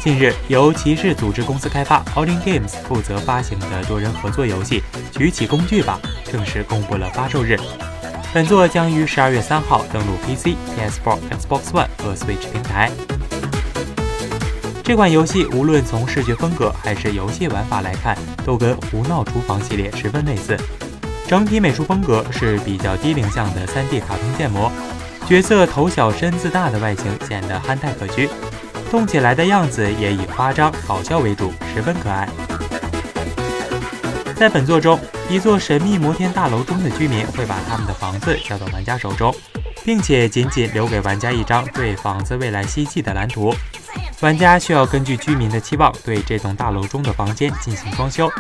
近日，由骑士组织公司开发 Odin Games 负责发行的多人合作游戏《举起工具吧》正式公布了发售日。本作将于12月3号登陆 PC、PS4、Xbox One 和 Switch 平台。这款游戏无论从视觉风格还是游戏玩法来看，都跟《胡闹厨房》系列十分类似。整体美术风格是比较低龄向的 3D 卡通建模，角色头小身子大的外形显得憨态可掬，动起来的样子也以夸张搞笑为主，十分可爱。在本作中，一座神秘摩天大楼中的居民会把他们的房子交到玩家手中，并且仅留给玩家一张对房子未来希冀的蓝图。玩家需要根据居民的期望对这栋大楼中的房间进行装修。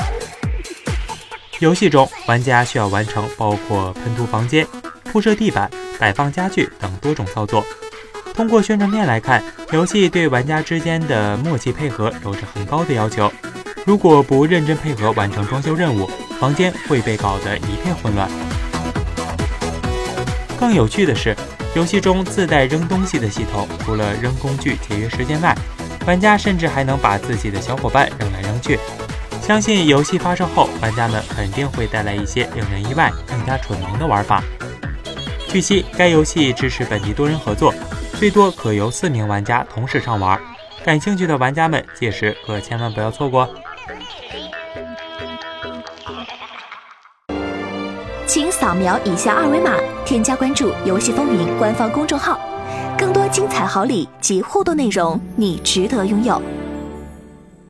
游戏中，玩家需要完成包括喷涂房间、铺设地板、摆放家具等多种操作。通过宣传片来看，游戏对玩家之间的默契配合有着很高的要求。如果不认真配合完成装修任务，房间会被搞得一片混乱。更有趣的是，游戏中自带扔东西的系统，除了扔工具节约时间外，玩家甚至还能把自己的小伙伴扔来扔去。相信游戏发售后，玩家们肯定会带来一些令人意外、更加蠢萌的玩法。据悉，该游戏支持本地多人合作，最多可由4名玩家同时上玩。感兴趣的玩家们届时可千万不要错过。 请扫描以下二维码，添加关注游戏风云官方公众号，更多精彩好礼及互动内容，你值得拥有。